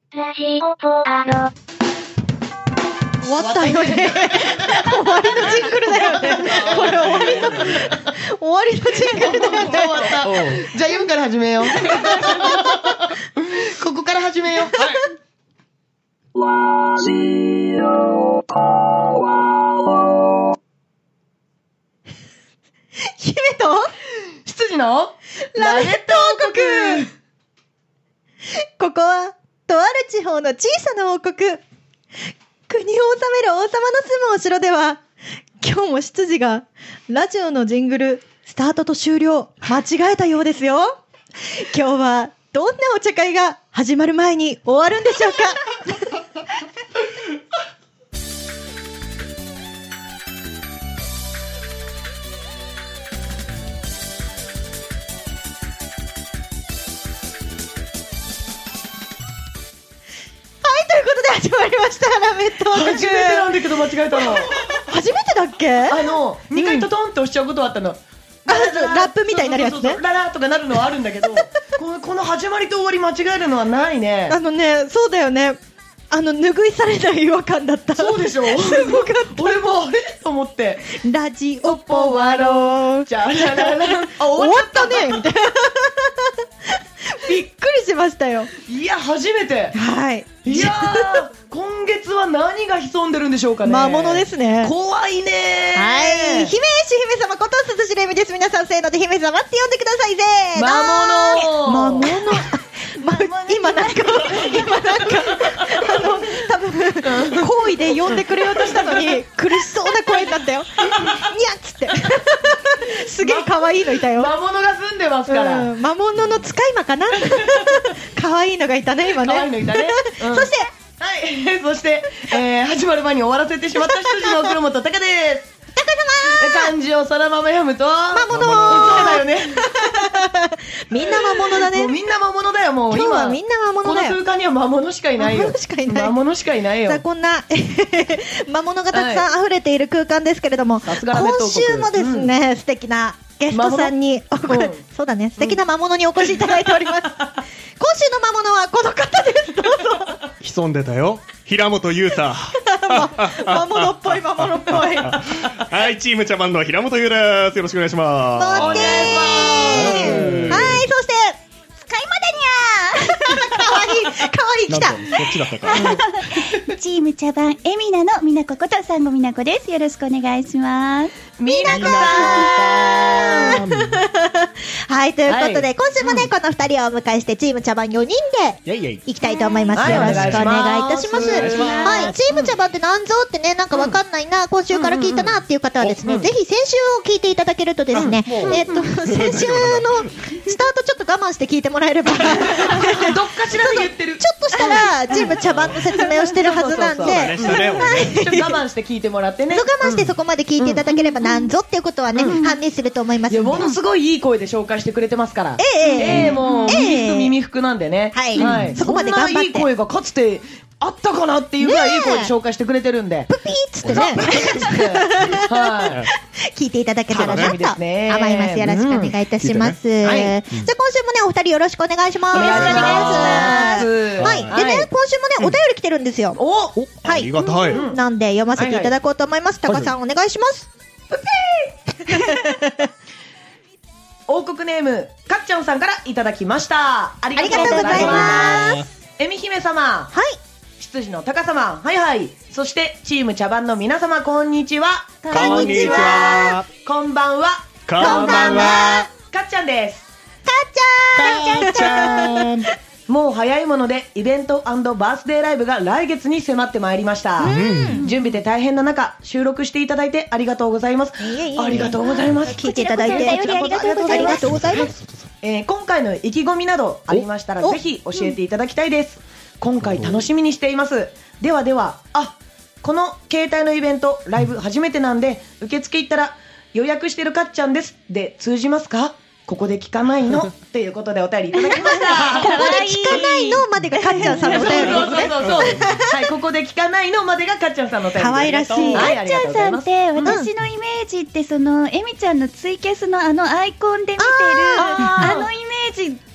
ラジオポアロ。 終わったよね。終わりのジングルだよね。これ終わりのジングルだよね。 終わった。じゃあ4から始めよう。ここから始めよう。 ラジオポアロ。 姫と羊のラゲット王国。 ここはとある地方の小さな王国。国を治める王様の住むお城では、今日も執事がラジオのジングルスタートと終了間違えたようですよ。今日はどんなお茶会が始まる前に終わるんでしょうか。ということで始まりましたラメット。 初めてなんだけど間違えたの。 初めてだっけ ？2回トトンって押しちゃうことはあったの。 ラップみたいになるやつね。 ララとかなるのはあるんだけど、この始まりと終わり間違えるのはないね。 そうだよね。拭いされない違和感だった。 そうでしょ。 すごかった。 俺もあれと思って。 ラジオポワロじゃあラララ。 終わったねみたいな。びっくりしましたよ。 いや初めて。 はい。 いや今月は何が潜んでるんでしょうかね。 魔物ですね。 怖いね。 はい。姫様こと鈴しれみです。皆さんせーので姫様って呼んでください。せーの。魔物。今なんか多分好意で呼んでくれようとしたのに苦しそうな声になったよ。にゃっつってすげえ可愛いのいたよ。 魔物が住んでますから。 魔物の使い魔かな。可愛いのがいたね今ね。 可愛いのいたね。 そしてはいそして、始まる前に終わらせてしまった羊の黒本隆です。漢字をそらまま読むと魔物。 そうだよね。 みんな魔物だね。 もうみんな魔物だよ。もう今日はみんな魔物だよ。 この空間には魔物しかいないよ。 魔物しかいない。 魔物しかいないよ。 さあこんな魔物がたくさん溢れている空間ですけれども、今週もですね、素敵なゲストさんにそうだね、素敵な魔物にお越しいただいております。今週の魔物はこの方です。どうぞ。 潜んでたよ。平本優太。 魔物っぽい。 はい、チーム茶番の平本優です。よろしくお願いします。 お願いします。はい、そして使いまでにゃー。かわいい来た。 そっちだったか。 チーム茶番エミナのみなこことサンゴみなこです。よろしくお願いします。 みなこさん。 はい、ということで、今週もね、この2人をお迎えしてチーム茶番4人でいきたいと思います。よろしくお願いいたします。はい、チーム茶番って何ぞってね、なんかわかんないな、今週から聞いたなっていう方はですね、ぜひ先週を聞いていただけるとですね、先週のスタートちょっと我慢して聞いてもらえれば、 どっかしらで言ってる。 ちょっとしたらチーム茶番の説明をしてるはずなんで、 ちょっと我慢して聞いてもらってね。 我慢してそこまで聞いていただければなんぞっていうことはね、判明すると思います。 いや、ものすごいいい声で紹介してくれてますから。もう耳服なんでね。 はい。そこまで頑張って。 そんないい声がかつてあったかなっていうぐらいいい声で紹介してくれてるんで。 プピーっつってね。聞いていただけたらなと思います。よろしくお願いいたします。じゃあ今週もね、お二人よろしくお願いします。 お願いします。 はい。でね、今週もね、お便り来てるんですよ。 ありがたい。 なんで読ませていただこうと思います。タカさんお願いします。 王国ネームかっちゃんさんからいただきました。ありがとうございます。えみ姫様、 はい、 羊のタカ様、はいはい、そしてチーム茶番の皆様、こんにちは。 こんにちは。 こんばんは。 こんばんは。 かっちゃんです。 かっちゃん。 もう早いものでイベント&バースデーライブが来月に迫ってまいりました。準備で大変な中、収録していただいてありがとうございます。ありがとうございます。 聞いていただいてありがとうございます。 今回の意気込みなどありましたらぜひ教えていただきたいです。今回楽しみにしています。ではでは、この携帯のイベントライブ初めてなんで、受付行ったら予約してるかっちゃんですで通じますか？ここで聞かないのということでお便りいただきました。 ここで聞かないのまでがかっちゃんさんのお便りですね。 はい、ここで聞かないのまでがかっちゃんさんのお便りです。 可愛らしい。 かっちゃんさんって私のイメージってそのエミちゃんのツイキャスのアイコンで見てるあのイメージ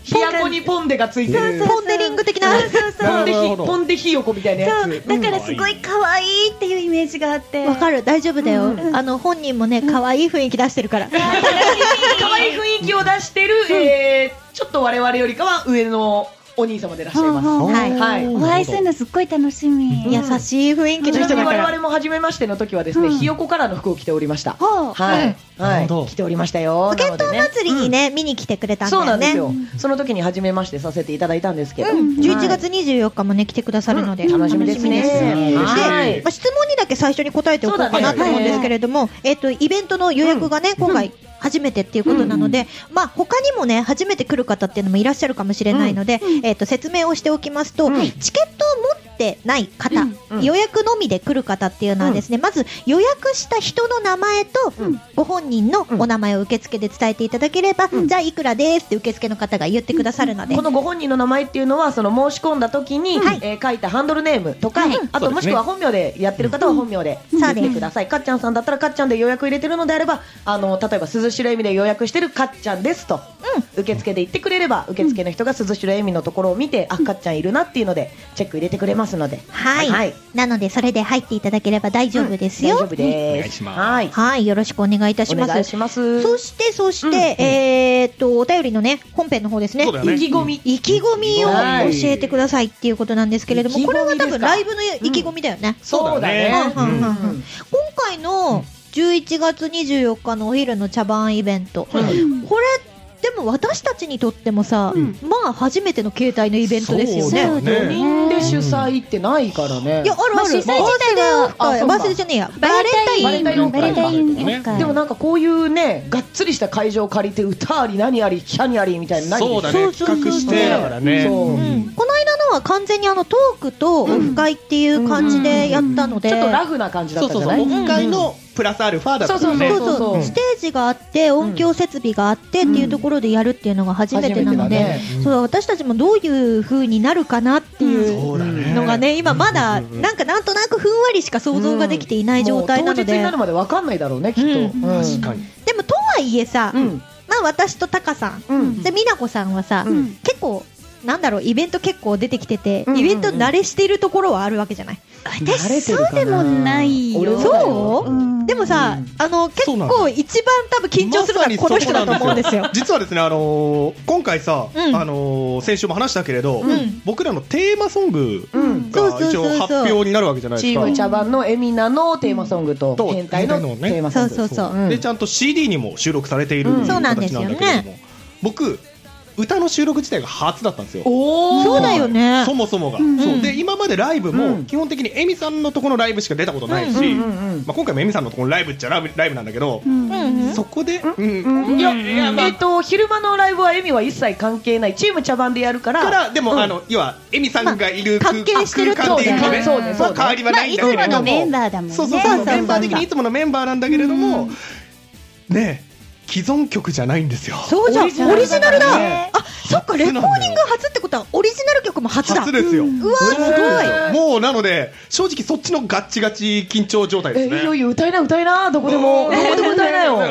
ひやこにポンデがついてる。 ポンデリング的な。 ポンデひよこみたいなやつ。 だからすごい可愛いっていうイメージがあって。 わかる、大丈夫だよ。本人もね、可愛い雰囲気出してるから。 可愛い雰囲気を出してる、ちょっと我々よりかは上のお兄様でいらっしゃいます。 はい。 お会いするのすっごい楽しみ。 優しい雰囲気の人だから。 我々も初めましての時はですね、ひよこからの服を着ておりました。はい。着ておりましたよ。 ポケット祭りにね、見に来てくれたんだよね。 そうなんですよ。その時に初めましてさせていただいたんですけど。 11月24日もね、来てくださるので。 楽しみですね。 で、質問にだけ最初に答えておこうかなと思うんですけれども、イベントの予約がね、今回、初めてっていうことなので、他にもね、初めて来る方っていうのもいらっしゃるかもしれないので、説明をしておきますと、チケットを持ってない方、予約のみで来る方っていうのはですね、まず予約した人の名前と、ご本人のお名前を受付で伝えていただければ、じゃあいくらですって受付の方が言ってくださるので、 このご本人の名前っていうのは、その申し込んだ時に、書いたハンドルネームとか、あともしくは本名でやってる方は本名で言ってください。かっちゃんさんだったらかっちゃんで予約入れてるのであれば、例えば鈴代恵美で予約してるかっちゃんですと、受付で言ってくれれば、受付の人が鈴代恵美のところを見て、あ、かっちゃんいるなっていうのでチェック入れてくれますので、 なのでそれで入っていただければ大丈夫ですよ。 大丈夫です。 お願いします。 はい、よろしくお願いいたします。 お願いします。 そしてお便りのね、本編の方ですね。 意気込みを教えてくださいっていうことなんですけれども、これは多分ライブの意気込みだよね。 そうだね。 今回の11月24日のお昼の茶番イベント、これでも私たちにとってもさ、初めての携帯のイベントですよね。 4人で主催ってないからね。 いや、あるある。 主催自体はバースデーじゃねえや、バレンタイン。 でもなんかこういうね、がっつりした会場を借りて歌あり何ありキャニありみたいなのないんですよ。 そうだね、企画してだからね。 この間のは完全にトークとオフ会っていう感じでやったので、 ちょっとラフな感じだったじゃない。 オフ会のプラスアルファだったね。 ステージがあって音響設備があってっていうところでやるっていうのが初めてなので、私たちもどういう風になるかなっていうのがね、今まだなんとなくふんわりしか想像ができていない状態なので、 当日になるまで分かんないだろうね、きっと。 確かに。 でもとはいえさ、私とタカさんで美奈子さんはさ、結構イベント結構出てきてて、イベント慣れしてるところはあるわけじゃない。 私そうでもないよ。 そうでもさ、結構一番多分緊張するのはこの人だと思うんですよ。 実はですね、今回さ、先週も話したけれど、僕らのテーマソングが一応発表になるわけじゃないですか。 チーム茶番のエミナのテーマソングと変態のテーマソング。 そうでちゃんと CD にも収録されている形なんだけれども、僕歌の収録自体が初だったんですよ。 そうだよね。 そもそもが。で今までライブも基本的にエミさんのところのライブしか出たことないし、今回もエミさんのところのライブっちゃライブなんだけど、そこで昼間のライブはエミは一切関係ない、チーム茶番でやるからでも要はエミさんがいる関係してるっていうかね、変わりはないんだけれども、 いつものメンバーだもんね。 そうメンバー的にいつものメンバーなんだけれどもね、既存曲じゃないんですよ。 そうじゃん、オリジナルだ。そっか、レコーディング初ってことはオリジナル曲も初だ。 初ですよ。 うわ、すごい。 もうなので正直そっちのガッチガチ緊張状態ですね。 いよいよ歌いなどこでも歌いなよ。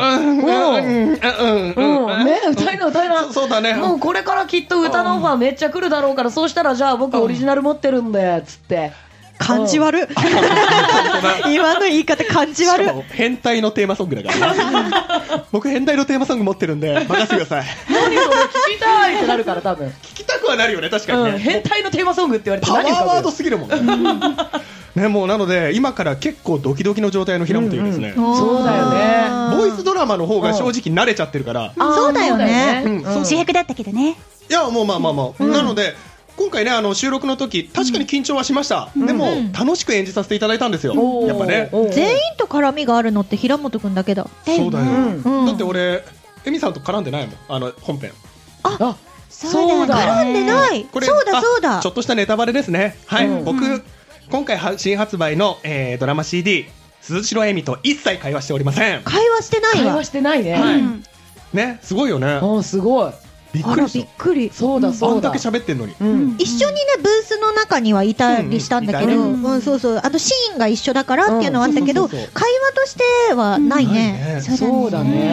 歌いな。 そうだね。 もうこれからきっと歌のオファーめっちゃ来るだろうから、そうしたらじゃあ僕オリジナル持ってるんでつって。 感じ悪。今の言い方感じ悪。 変態のテーマソングだから僕変態のテーマソング持ってるんで任せてください。 何それ聞きたいってなるから、多分聞きたくはなるよね。確かにね、 変態のテーマソングって言われてパワーワードすぎるもんね。もうなので今から結構ドキドキの状態の平本優ですね。 そうだよね。 ボイスドラマの方が正直慣れちゃってるから。 そうだよね。 主役だったけどね。 いやもうまあなので今回ね、収録の時確かに緊張はしました。でも楽しく演じさせていただいたんですよ。やっぱね、 全員と絡みがあるのって平本くんだけだ。 そうだよ。だって俺エミさんと絡んでないもん、本編。 そうだ、 絡んでない。そうだ。 ちょっとしたネタバレですね。はい、僕今回新発売のドラマ CD 鈴代恵美と一切会話しておりません。 会話してないわ。 会話してないね。 ね、すごいよね。 すごい。 びっくり。 そうだ。 あんだけ喋ってんのに。 一緒にねブースの中にはいたりしたんだけど、そうシーンが一緒だからっていうのはあったけど、会話としてはないね。 そうだね。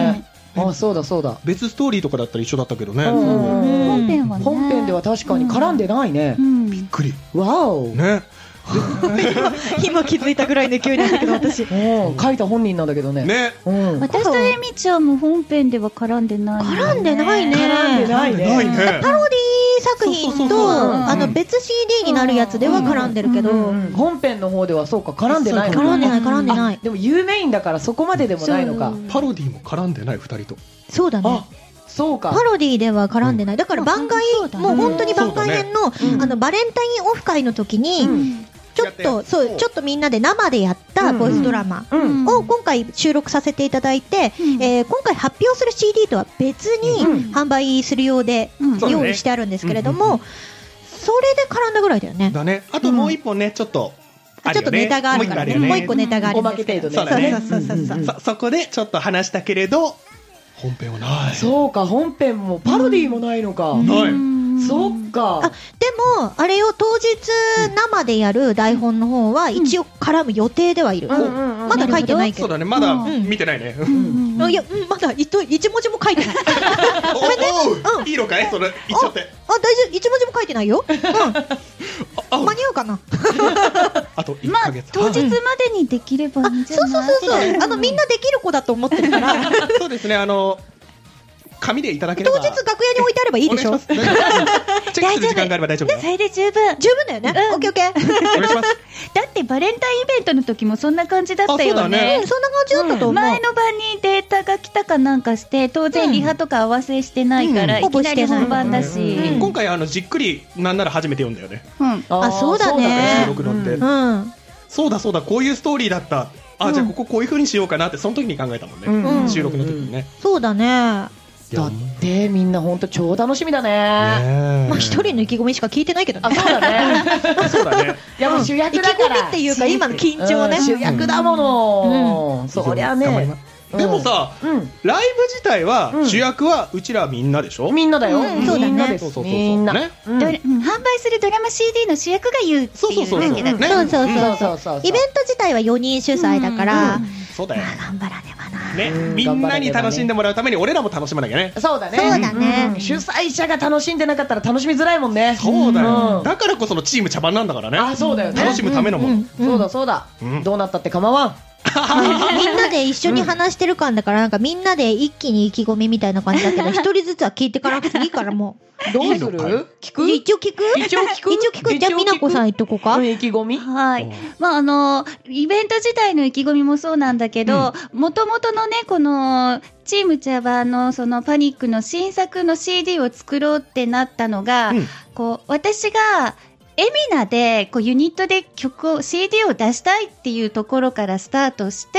あ、そうだそうだ。 別ストーリーとかだったら一緒だったけどね。 本編はね。 本編では確かに絡んでないね。 びっくり。 わお。 ね。 今気づいたぐらいね、急にだけど私。 書いた本人なんだけどね。 ね。 私とエミちゃんも本編では絡んでない。 絡んでないね。 絡んでないね。 パロディ作品と別 CD になるやつでは絡んでるけど、 本編の方ではそうか絡んでないのか。 絡んでない。 でも有名員だからそこまででもないのか。 パロディも絡んでない2人と。 そうだね。 そうか。 パロディでは絡んでない。だから番外、もう本当に番外編のバレンタインオフ会の時に、ちょっとみんなで生でやったボイスドラマを今回収録させていただいて、今回発表する CD とは別に販売するようで用意してあるんですけれども、それで絡んだぐらいだよね。 だね。あともう一本ね、ちょっとネタがあるからね。もう一個ネタがある。 おまけ程度ね。 そうだね。そこでちょっと話したけれど、本編はない。 そうか、本編もパロディもないのか。 ない。 そっか。 でもあれを当日生でやる台本の方は一応絡む予定ではいる。まだ書いてないけど。 そうだね、まだ見てないね。 いや、まだ一文字も書いてない。 ごめんね。いいのかい、それ言っちゃって。 大丈夫、一文字も書いてないよ。間に合うかな。 あと1ヶ月。 当日までにできればいいんじゃない？ そう。みんなできる子だと思ってるから。 そうですね、紙でいただければ。 当日楽屋に置いてあればいいでしょ。 チェックする時間があれば大丈夫だよ。 それで十分だよね。オッケーオッケー。 お願いします。 だってバレンタインイベントの時もそんな感じだったよね。 そんな感じだったと思う。 前の晩にデータが来たかなんかして当然リハとか合わせしてないからいきなり本番だし、 今回じっくりなんなら初めて読んだよね。 あ、そうだね。 収録のって。そうだこういうストーリーだった。あ、じゃあこういう風にしようかなってその時に考えたもんね。収録の時にね。 そうだね。 だってみんな本当超楽しみだね。 まあ一人の意気込みしか聞いてないけどね。 あ、そうだね。 そうだね。 いやもう主役だから。 意気込みっていうか今の緊張ね。 主役だもの。そりゃね。 でもさ、ライブ自体は主役はうちらみんなでしょ。 みんなだよ。 そうだね。 みんな。 販売するドラマ CD の主役が言うっていうだけだね。 そう。イベント自体は4人主催だから。 そうだよ。 頑張らねばな。 ね、みんなに楽しんでもらうために俺らも楽しまなきゃね。 そうだね。 そうだね。 主催者が楽しんでなかったら楽しみづらいもんね。 そうだよ。だからこそのチーム茶番なんだからね。 あ、そうだよね。 楽しむためのもの。そうだ。どうなったって構わん。 みんなで一緒に話してる感だからなんかみんなで一気に意気込みみたいな感じだけど一人ずつは聞いていかなくていいからもうどうする？聞く？ 一応聞く？じゃあ美奈子さん言っとこうか。 意気込み？ はい。まあイベント自体の意気込みもそうなんだけど、元々のねこのチーム茶番のそのパニックの新作の CD を作ろうってなったのが、こう私がエミナでこうユニットで曲を CD を出したいっていうところからスタートして、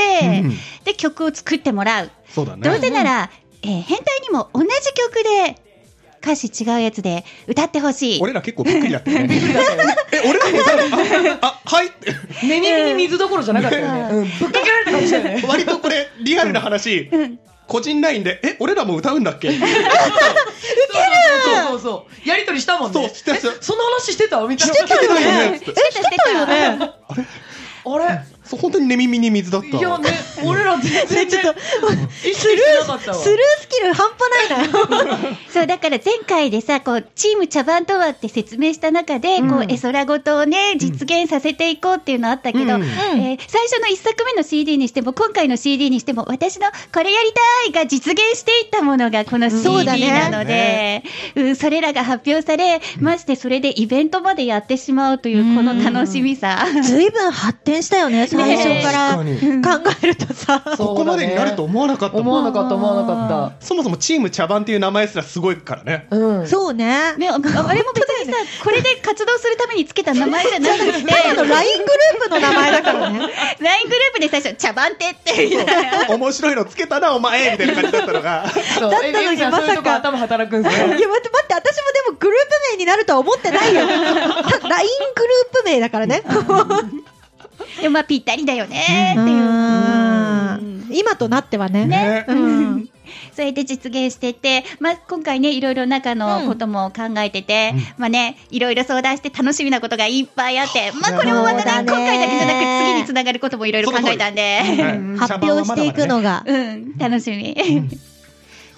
で曲を作ってもらう。 そうだね。 どうせなら、変態にも同じ曲で歌詞違うやつで歌ってほしい。 俺ら結構びっくりだったよね。俺らも歌うの？はい。 寝耳に水どころじゃなかったよね。ぶっかけられたかもしれない。 割とこれリアルな話。個人ラインで俺らも歌うんだっけ？ そう。やりとりしたもんね。 そう。 その話してたみたいな。 してたよね。 してたよね。 あれ本当に寝耳に水だった。 いやね、俺ら全然ちょっと意識してなかったわ。 スルースキル半端ないなよ。 そうだから前回でさこうチーム茶番とはって説明した中で、こう絵空事をね実現させていこうっていうのあったけど、最初の1作目の CD にしても今回の CD にしても私のこれやりたいが実現していったものがこの CD なので、それらが発表され、ましてそれでイベントまでやってしまうというこの楽しみさ。 ずいぶん発展したよね。最初から考えるとさ、 ここまでになると思わなかった。 思わなかった。 そもそもチーム茶番っていう名前すらすごいからね。 そうね。 あれも別にさこれで活動するためにつけた名前じゃなくてただの LINE グループの名前だからね。 LINE グループで最初茶番って面白いのつけたなお前みたいな感じだったのが。 だったのにまさか頭働くんですよ。 いや待って私もでもグループ名になるとは思ってないよ。LINE グループ名だからね。 でもまあぴったりだよねっていう。 今となってはね。 それで実現してて、まあ、今回ねいろいろ中のことも考えてて、まあねいろいろ相談して楽しみなことがいっぱいあって、まあこれもまたね今回だけじゃなく次につながることもいろいろ考えたんで、 発表していくのが楽しみ。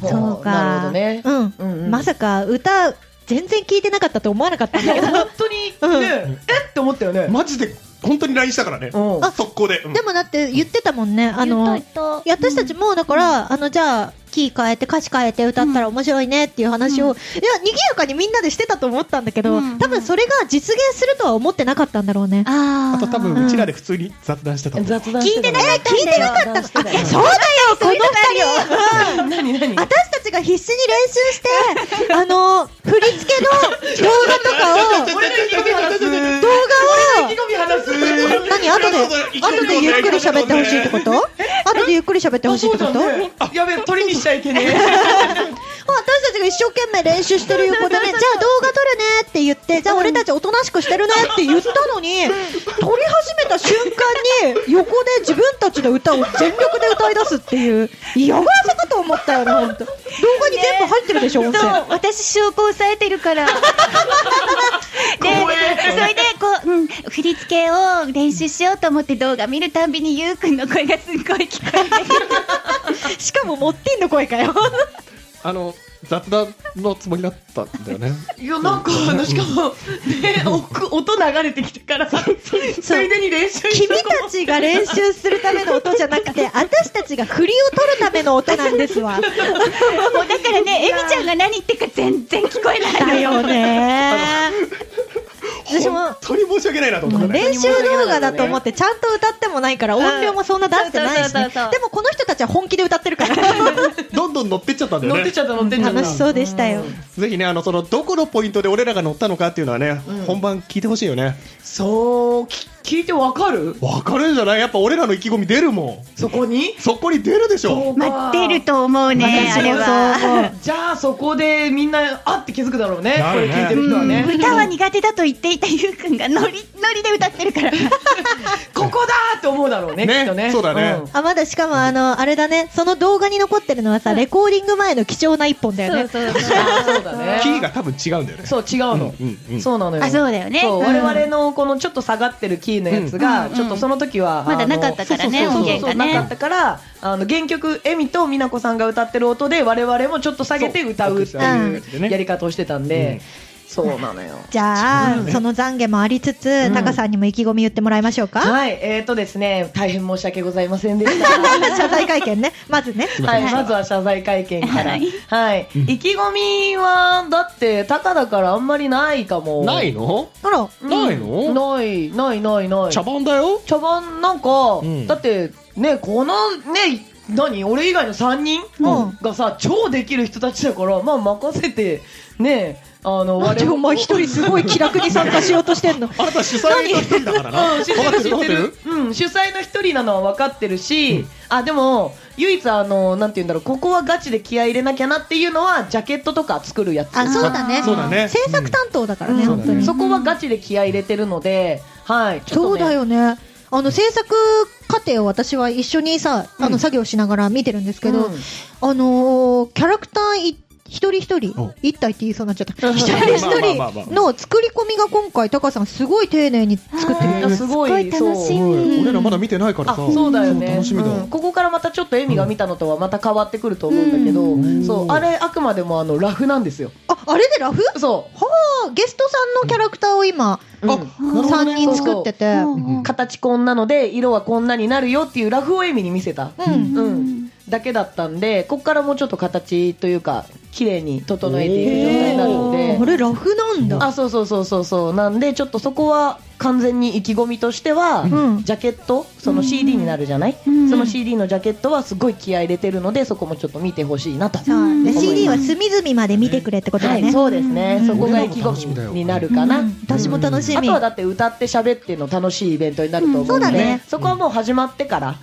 そうか。 なるほどね。 うんうんうんまさか歌全然聞いてなかったと思わなかったんだけど。 本当にね、えって思ったよね。 マジで本当に LINE したからね。 うん速攻で。 でもだって言ってたもんね。 言っといた私たちもだから、じゃあ、キー変えて歌詞変えて歌ったら面白いねっていう話を、いや、賑やかにみんなでしてたと思ったんだけど、多分それが実現するとは思ってなかったんだろうね。 ああと多分うちらで普通に雑談してたもん。 雑談聞いてなかったんだよ。そうだよ、この二人。 何何私たちが必死に練習して、振り付けの動画とかを、 俺の意気込み話す。 動俺の画意気込み話す。 何後でゆっくり喋ってほしいってこと後でゆっくり喋ってほしいってことやべえ、鳥にしちゃいけねえ。 私たちが一生懸命練習してる横でね、じゃあ動画撮るねって言って、じゃあ俺たちおとなしくしてるねって言ったのに、撮り始めた瞬間に横で自分たちの歌を全力で歌い出すっていう嫌がらせかと思ったよね、本当。動画に全部入ってるでしょ、音声。 そう、私証拠押さえてるから。で、それでこう、振り付けを練習しようと思って動画見るたんびにゆうくんの声がすっごい聞こえてしかもモッティンの声かよ。 雑談のつもりだったんだよね。 いや、なんか、しかも、ね、音流れてきてから、ついでに練習し君たちが練習するための音じゃなくて、私たちが振りを取るための音なんですわ。 もうだからね、エミちゃんが何言ってるか全然聞こえないのだよね。私も本当に申し訳ないなと思ったね。 練習動画だと思ってちゃんと歌ってもないから音量もそんな出してないしね。でもこの人たちは本気で歌ってるからどんどん乗ってっちゃったんだよね。 乗ってっちゃった乗ってっちゃった。 楽しそうでしたよ。 ぜひね、そのどこのポイントで俺らが乗ったのかっていうのはね、本番聞いてほしいよね。 そう聞いてわかる？ わかるんじゃない？やっぱ俺らの意気込み出るもん。 そこに出るでしょ。 待ってると思うね、あれは。 じゃあそこでみんなあって気づくだろうね。 なるねこれ聞いてる人はね。 歌は苦手だと言っていたゆうくんがノリで歌ってるから。 ここだーって思うだろうね、 ねきっとね。 そうだねんまだしかもあれだね、その動画に残ってるのはさ、レコーディング前の貴重な一本だよね。 そうそうだね。 キーが多分違うんだよね。 そう違うの。そうなのよ。 あ、そうだよね。 そう、 うん我々のこのちょっと下がってるキーのやつが、ちょっとその時は、 まだなかったからね、 そう音源がね。 なかったから原曲エミと美奈子さんが歌ってる音で我々もちょっと下げて歌うっていうやり方をしてたんで、そうなのよ。 じゃあ、その懺悔もありつつ、タカさんにも意気込み言ってもらいましょうか。 はい、ですね、大変申し訳ございませんでした。 謝罪会見ね、まずね。 はい、まずは謝罪会見から。 はいはい。意気込みは、だって、タカだからあんまりないかも。 ないの？ あら、 ないの？ ない。 茶番だよ。 茶番なんか、 んだって、ね、このね、俺以外の3人がさ、超できる人たちだから、まあ任せて、ね、 でもお前一人すごい気楽に参加しようとしてんの。 あなた主催の一人だからな。 知ってる知ってる。主催の一人なのは分かってるし、でも、唯一なんて言うんだろう、ここはガチで気合い入れなきゃなっていうのは、ジャケットとか作るやつ。 そうだね。 そうだね。 制作担当だからね、本当に。 そこはガチで気合い入れてるので、はい。 そうだよね。制作過程を私は一緒にさ、作業しながら見てるんですけど、キャラクター一人一人、一体って言いそうになっちゃった。一人一人の作り込みが今回、タカさんすごい丁寧に作ってるよね。 すごい楽しみ。 俺らまだ見てないからさ。 そうだよね。 楽しみだ。 ここからまたちょっとエミが見たのとはまた変わってくると思うんだけど、そう、あれあくまでもラフなんですよ。 あれでラフ？ そう。 はあ、ゲストさんのキャラクターを今、3人作ってて。 形こんなので、色はこんなになるよっていうラフをエミに見せた。だけだったんで、ここからもうちょっと形というか、綺麗に整えていく状態になるので。 あれラフなんだ。 そう。なんで、ちょっとそこは完全に意気込みとしては、ジャケット、その CD になるじゃない？その CD のジャケットはすごい気合い入れてるので、そこもちょっと見てほしいなと。 CD は隅々まで見てくれってことだね。 そうですね。そこが意気込みになるかな。 私も楽しみ。 あとはだって歌って喋っての楽しいイベントになると思うので、そこはもう始まってから、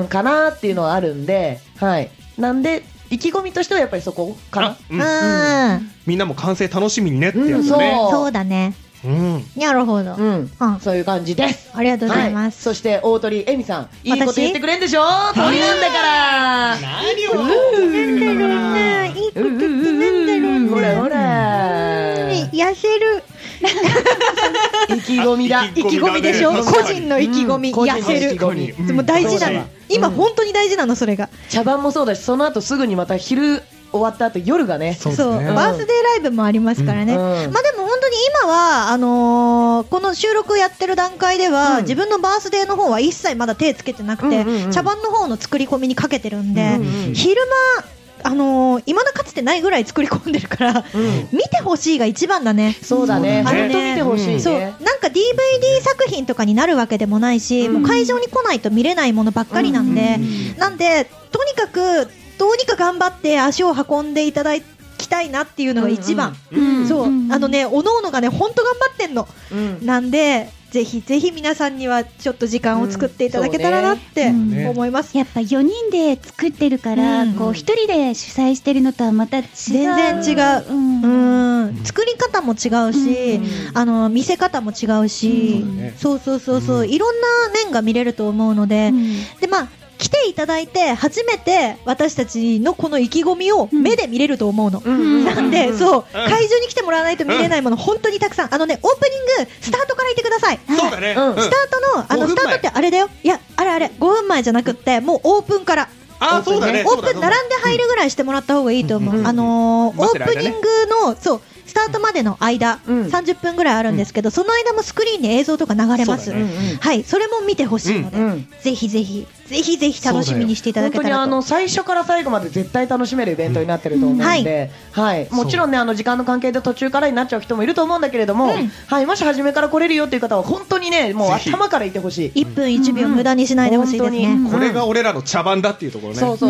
かなっていうのはあるんで、はい。なんで、意気込みとしてはやっぱりそこかな。 みんなも完成楽しみにねってやつね。 そうだね。なるほど。 そういう感じです。 ありがとうございます。 そして大鳥恵美さん、いいこと言ってくれんでしょ？鳥なんだから。 何をいいことってなんだろうね。 ほらほら。 痩せる。 意気込みだ。 意気込みでしょ？個人の意気込み、痩せる。でも大事なの。今本当に大事なの、それが。 茶番もそうだし、その後すぐにまた昼終わった後夜がね。 そう、 そうですねバースデーライブもありますからね。まあでも本当に今はこの収録やってる段階では、自分のバースデーの方は一切まだ手つけてなくて、茶番の方の作り込みにかけてるんで、昼間未だかつてないぐらい作り込んでるから、見てほしいが一番だね。 そうだね。本当見てほしいね。 そう、なんか DVD 作品とかになるわけでもないし、もう会場に来ないと見れないものばっかりなんで、とにかくどうにか頑張って足を運んでいただきたいなっていうのが一番。そう、おのおのがね本当頑張ってんの。なんでぜひぜひ皆さんにはちょっと時間を作っていただけたらなって思います。 やっぱ4人で作ってるから、こう1人で主催してるのとはまた違う。 全然違う。作り方も違うし、見せ方も違うし、そう、いろんな面が見れると思うので、でまあ来ていただいて初めて私たちのこの意気込みを目で見れると思うの。なんでそう会場に来てもらわないと見れないもの本当にたくさん。オープニングスタートから言ってください。 そうだね。 スタートのスタートってあれだよ。いやあれ5分前じゃなくってもうオープンから。 そうだね。 オープン並んで入るぐらいしてもらった方がいいと思う。オープニングのそうスタートまでの間、30分ぐらいあるんですけど、その間もスクリーンに映像とか流れます。はい、それも見てほしいので、ぜひぜひ楽しみにしていただけたらと。 本当に最初から最後まで絶対楽しめるイベントになってると思うので、もちろんね時間の関係で途中からになっちゃう人もいると思うんだけれども、もし初めから来れるよっていう方は本当にねもう頭からいてほしい。 1分1秒無駄にしないでほしいですね。 これが俺らの茶番だっていうところね。 そう。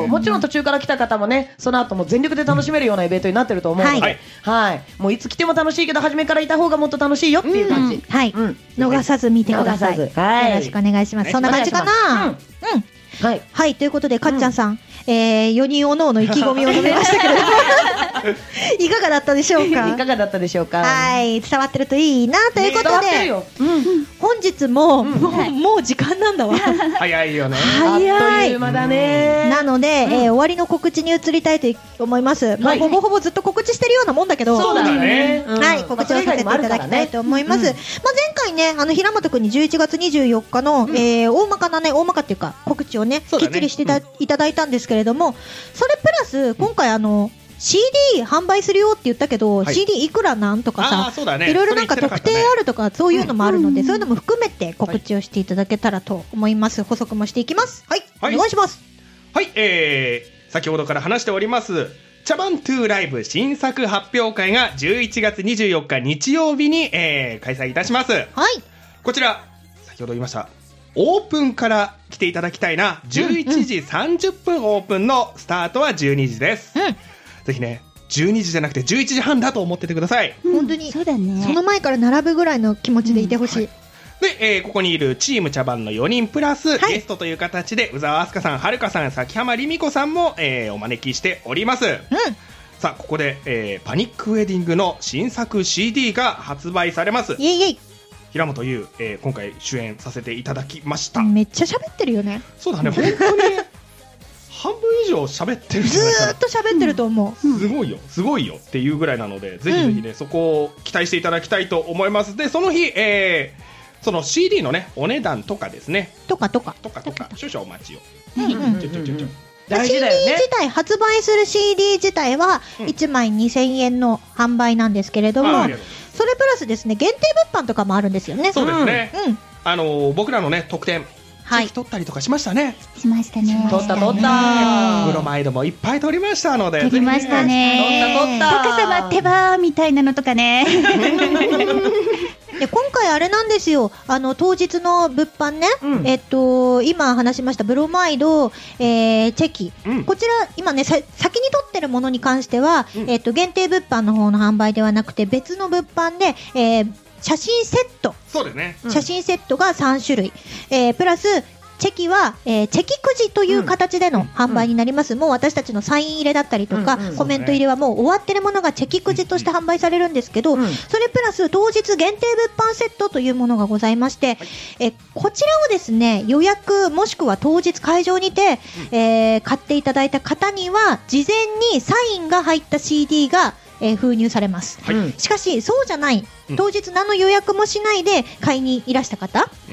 もちろん途中から来た方もねその後も全力で楽しめるようなイベントになってると思うので、もういつ来ても楽しいけど初めからいた方がもっと楽しいよっていう感じ。 逃さず見てください。よろしくお願いします。そんな感じかな。はい、ということでかっちゃんさん、4人おのおの意気込みを述べましたけれどもいかがだったでしょうか。はい、伝わってるといいなということで、本日ももう時間なんだわ。 早いよね。 あっという間だね。 なので終わりの告知に移りたいと思います。もうほぼほぼずっと告知してるようなもんだけど、 そうだね。 はい、告知をさせていただきたいと思います。前回ね平本くんに11月24日の大まかっていうか告知をねきっちりしていただいたんですけれども、それプラス今回CD 販売するよって言ったけど、CD いくらなんとかさ、いろいろなんか特典あるとかそういうのもあるので、そういうのも含めて告知をしていただけたらと思います。補足もしていきます。はい、お願いします。 はい、先ほどから話しております茶番2ライブ新作発表会が11月24日日曜日に、開催いたします。こちら先ほど言いましたオープンから来ていただきたいな。11時30分オープンのスタートは12時です。ぜひね12時じゃなくて11時半だと思っててください。 本当にそうだね。その前から並ぶぐらいの気持ちでいてほしい。 で、ここにいるチーム茶番の4人プラス、ゲストという形で宇沢明日香さん、はるかさん、崎浜りみ子さんも、お招きしております。さあここで、パニックウェディングの新作 CD が発売されます。平本優、今回主演させていただきました。 めっちゃ喋ってるよね。 そうだね、本当に半分以上喋ってるんじゃないかな。 ずーっと喋ってると思う。 すごいよっていうぐらいなので、ぜひぜひね、そこを期待していただきたいと思います。でその日、その CD のねお値段とかですね、とか少々お待ちを。 大事だよね。 CD 自体発売する CD 自体は1枚2000円の販売なんですけれども、それプラスですね限定物販とかもあるんですよね。 そうですね、僕らのね特典チェキ取ったりとかしましたね。 しましたね。 取ったブロマイドもいっぱい取りましたので。 取りましたね。 取った。 高さ待ってばーみたいなのとかね。 で今回あれなんですよ、当日の物販ね、今話しましたブロマイド、チェキ、こちら今ね先に取ってるものに関しては、限定物販の方の販売ではなくて別の物販で、写真セット、 そうですね、 写真セットが3種類、プラスチェキは、チェキくじという形での販売になります。もう私たちのサイン入れだったりとか、コメント入れはもう終わってるものがチェキくじとして販売されるんですけど、それプラス当日限定物販セットというものがございまして、こちらをですね予約もしくは当日会場にて、買っていただいた方には事前にサインが入った CD が封入されます。しかしそうじゃない、当日何の予約もしないで買いにいらした方、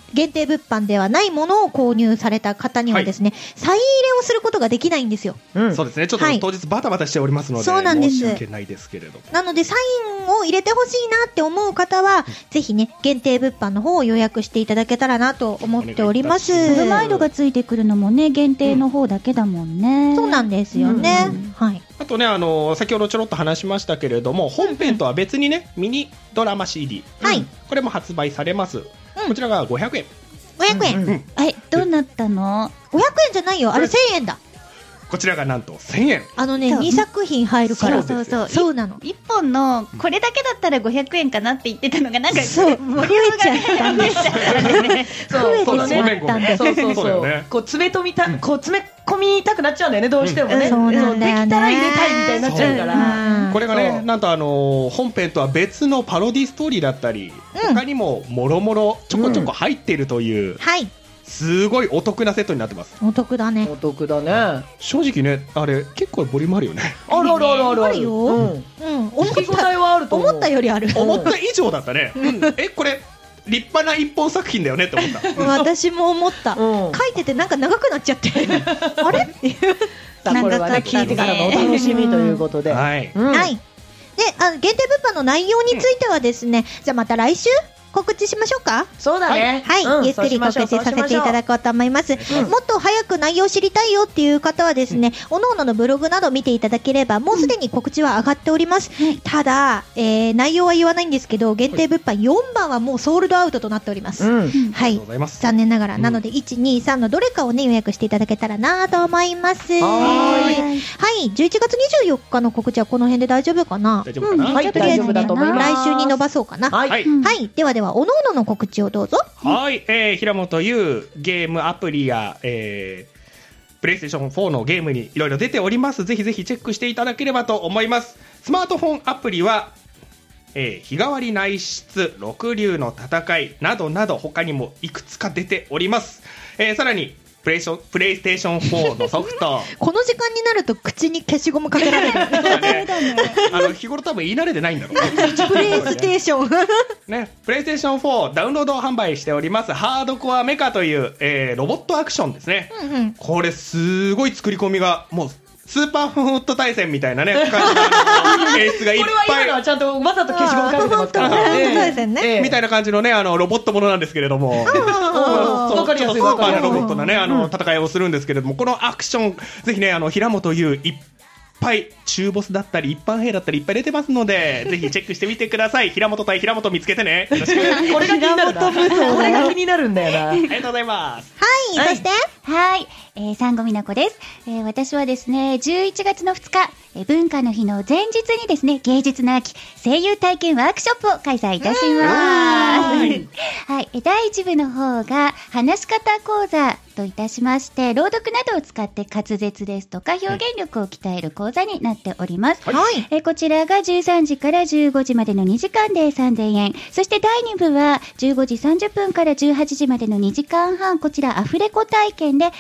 限定物販ではないものを購入された方にはですね、サイン入れをすることができないんですよ。 そうですね。ちょっと当日バタバタしておりますので、 そうなんです。 申し訳ないですけれども。 なのでサインを入れてほしいなって思う方は、ぜひね、限定物販の方を予約していただけたらなと思っております。 プロマイドがついてくるのもね、限定の方だけだもんね。 そうなんですよね。はい。 あとね、先ほどちょろっと話しましたけれども、本編とは別にね、ミニドラマ CD、これも発売されます。こちらが500円。 500円。 どうなったの ？500円じゃないよ。あれ1000円だ。 こちらがなんと1000円。 2作品入るから。 そうなの。1本のこれだけだったら500円かなって言ってたのがなんかそう増えちゃったんです。増えてしまったんです。 そうこう詰め込みたくなっちゃうんだよね、どうしてもね。 そうなんだよね。 できたら入れたいみたいになっちゃうから。 これがね、なんと本編とは別のパロディストーリーだったり、他にももろもろちょこちょこ入っているという。はい。すごいお得なセットになってます。 お得だね。 お得だね。 正直ね、あれ結構ボリュームあるよね。 あるあるよ。 聞き応えはあると思う。 思ったよりある。 思った以上だったね。これ立派な一本作品だよねって思った。 私も思った。書いててなんか長くなっちゃって。あれ？ これはね、聞いてからのお楽しみということで。 はい。で、限定物販の内容についてはですね、じゃあまた来週告知しましょうか。 そうだね。 はい、ゆっくり告知させていただこうと思います。もっと早く内容を知りたいよっていう方はですね、おのおののブログなど見ていただければ、もうすでに告知は上がっております。ただ、内容は言わないんですけど、限定物販4番はもうソールドアウトとなっております。はい、残念ながら。なので、1、2、3のどれかをね、予約していただけたらなと思います。はい、11月24日の告知はこの辺で大丈夫かな？ 大丈夫かな？はい、大丈夫だと思います。 来週に伸ばそうかな。はい、ではでは、おのおのの告知をどうぞ。 はい、平本優ゲームアプリや、プレイステーション4のゲームにいろいろ出ております。ぜひぜひチェックしていただければと思います。スマートフォンアプリは、日替わり内室六竜の戦いなどなど他にもいくつか出ております。さらにプレイステーション4のソフトこの時間になると口に消しゴムかけられる日頃多分言い慣れてないんだろうねプレイステーションね、プレイステーション4ダウンロード販売しておりますハードコアメカという、ロボットアクションですね、これすごい作り込みがもうスーパーフード対戦みたいなね感じの演出がいっぱいこれは今のはちゃんとわざと消しゴムかけてますからねみたいな感じのねロボットものなんですけれどもわかりやすいスーパーなロボットなね戦いをするんですけれどもこのアクションぜひね平本優いっぱい中ボスだったり一般兵だったりいっぱい出てますのでぜひチェックしてみてください。平本対平本見つけてね。よろしくこれが気になるなこれが気になるんだよな。 ありがとうございます。 はい、そしてはい、サンゴミナコです。私はですね、11月の2日、文化の日の前日にですね、芸術の秋声優体験ワークショップを開催いたします。はい、第1部の方が話し方講座といたしまして、朗読などを使って滑舌ですとか表現力を鍛える講座になっております。こちらが13時から15時までの2時間で3000円。そして第2部は15時30分から18時までの2時間半、こちらアフレコ体験で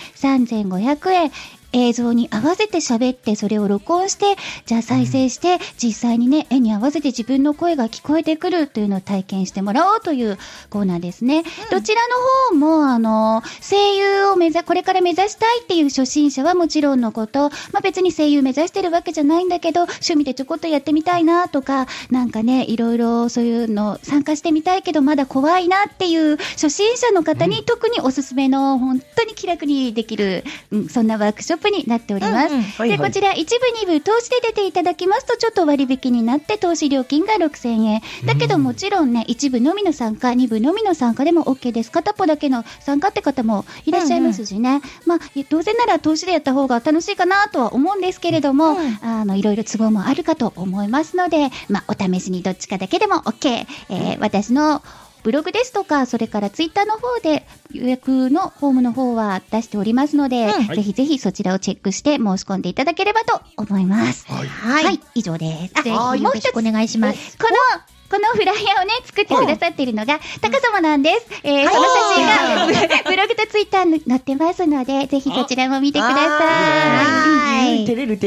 3500円。映像に合わせて喋ってそれを録音してじゃあ再生して実際にね絵に合わせて自分の声が聞こえてくるというのを体験してもらおうというコーナーですね、どちらの方も声優をこれから目指したいっていう初心者はもちろんのこと、別に声優目指してるわけじゃないんだけど趣味でちょこっとやってみたいなとかなんかねいろいろそういうの参加してみたいけどまだ怖いなっていう初心者の方に特におすすめの本当に気楽にできる、そんなワークショップになっております。でこちら1部2部投資で出ていただきますとちょっと割引になって投資料金が6000円だけどもちろんね1部のみの参加2部のみの参加でも OK です。片っぽだけの参加って方もいらっしゃいますしね、どうせなら投資でやった方が楽しいかなとは思うんですけれども、いろいろ都合もあるかと思いますので、お試しにどっちかだけでも OK、私のブログですとかそれからツイッターの方で予約のフォームの方は出しておりますので、ぜひぜひそちらをチェックして申し込んでいただければと思います。はい、以上です。 もう一つお願いします。 このこのフライヤーをね、作ってくださっているのが、タカ様なんです。その写真がブログとツイッターに載ってますので、ぜひそちらも見てください。 照れる。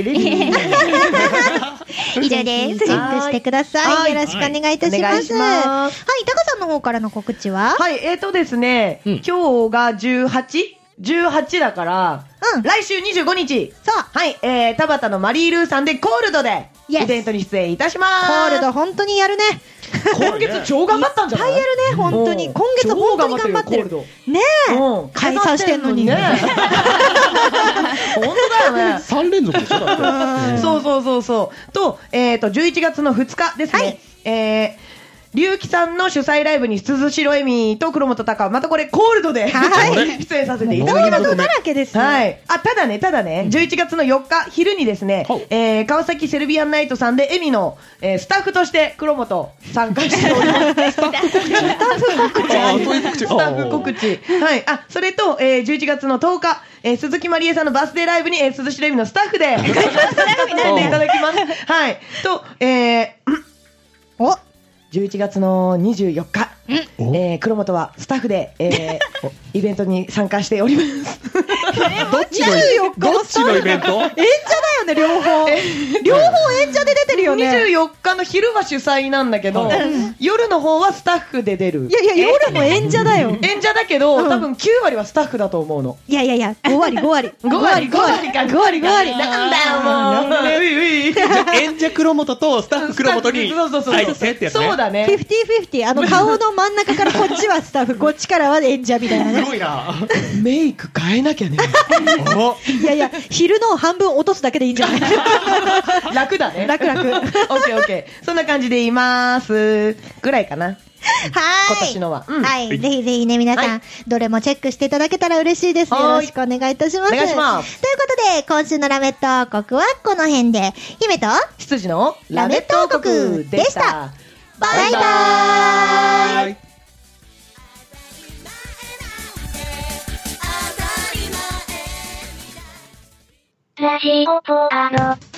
以上です。 チェックしてください。よろしくお願いいたします。はい、タカさんの方からの告知は？ はい、ですね、今日が18だから、来週25日。 そう。 はい、田畑のマリールーさんでコールドで、イベントに出演いたします。 コールド本当にやるね。 今月超頑張ったんじゃない？ いっぱいやるね、本当に。今月本当に頑張ってる。ねえ。開催してんのにね。 本当だよね。 3連続でしょだって。 そう。と、11月の2日ですね。龍樹さんの主催ライブに鈴代恵美と黒本隆、またこれコールドで出演させていただきます。 だらけですよ。 はい。ただね、11月の4日昼にですね、川崎セルビアンナイトさんで恵美のスタッフとして黒本参加しております。スタッフ告知。はい。それと、11月の10日、鈴木まりえさんのバースデーライブに、鈴代恵美のスタッフで出させていただきます。はい。と、11月の24日、黒本はスタッフで、イベントに参加しております。 どっちのイベント？ 演者だよね、両方。両方演者で出てるよね。 24日の昼は主催なんだけど、夜の方はスタッフで出る。 いや、夜も演者だよ。 演者だけど、多分9割はスタッフだと思うの。 いや、5割。5割。 なんだよ、もう。 演者黒本とスタッフ黒本に入ってってやつね。 そうだね。 50-50。顔の真ん中からこっちはスタッフ、こっちからは演者みたいなね。 すごいな。 メイク変えなきゃね。 いや、昼の半分落とすだけでいいんじゃない？ 楽だね。 楽。 オッケー。そんな感じでいますぐらいかな。 はい。 今年のは。 はい。ぜひぜひね、皆さん、どれもチェックしていただけたら嬉しいです。よろしくお願いいたします。 お願いします。 ということで、今週のラメット王国はこの辺で、姫と羊のラメット王国でした。 バイバーイ。 ラジオポアロ。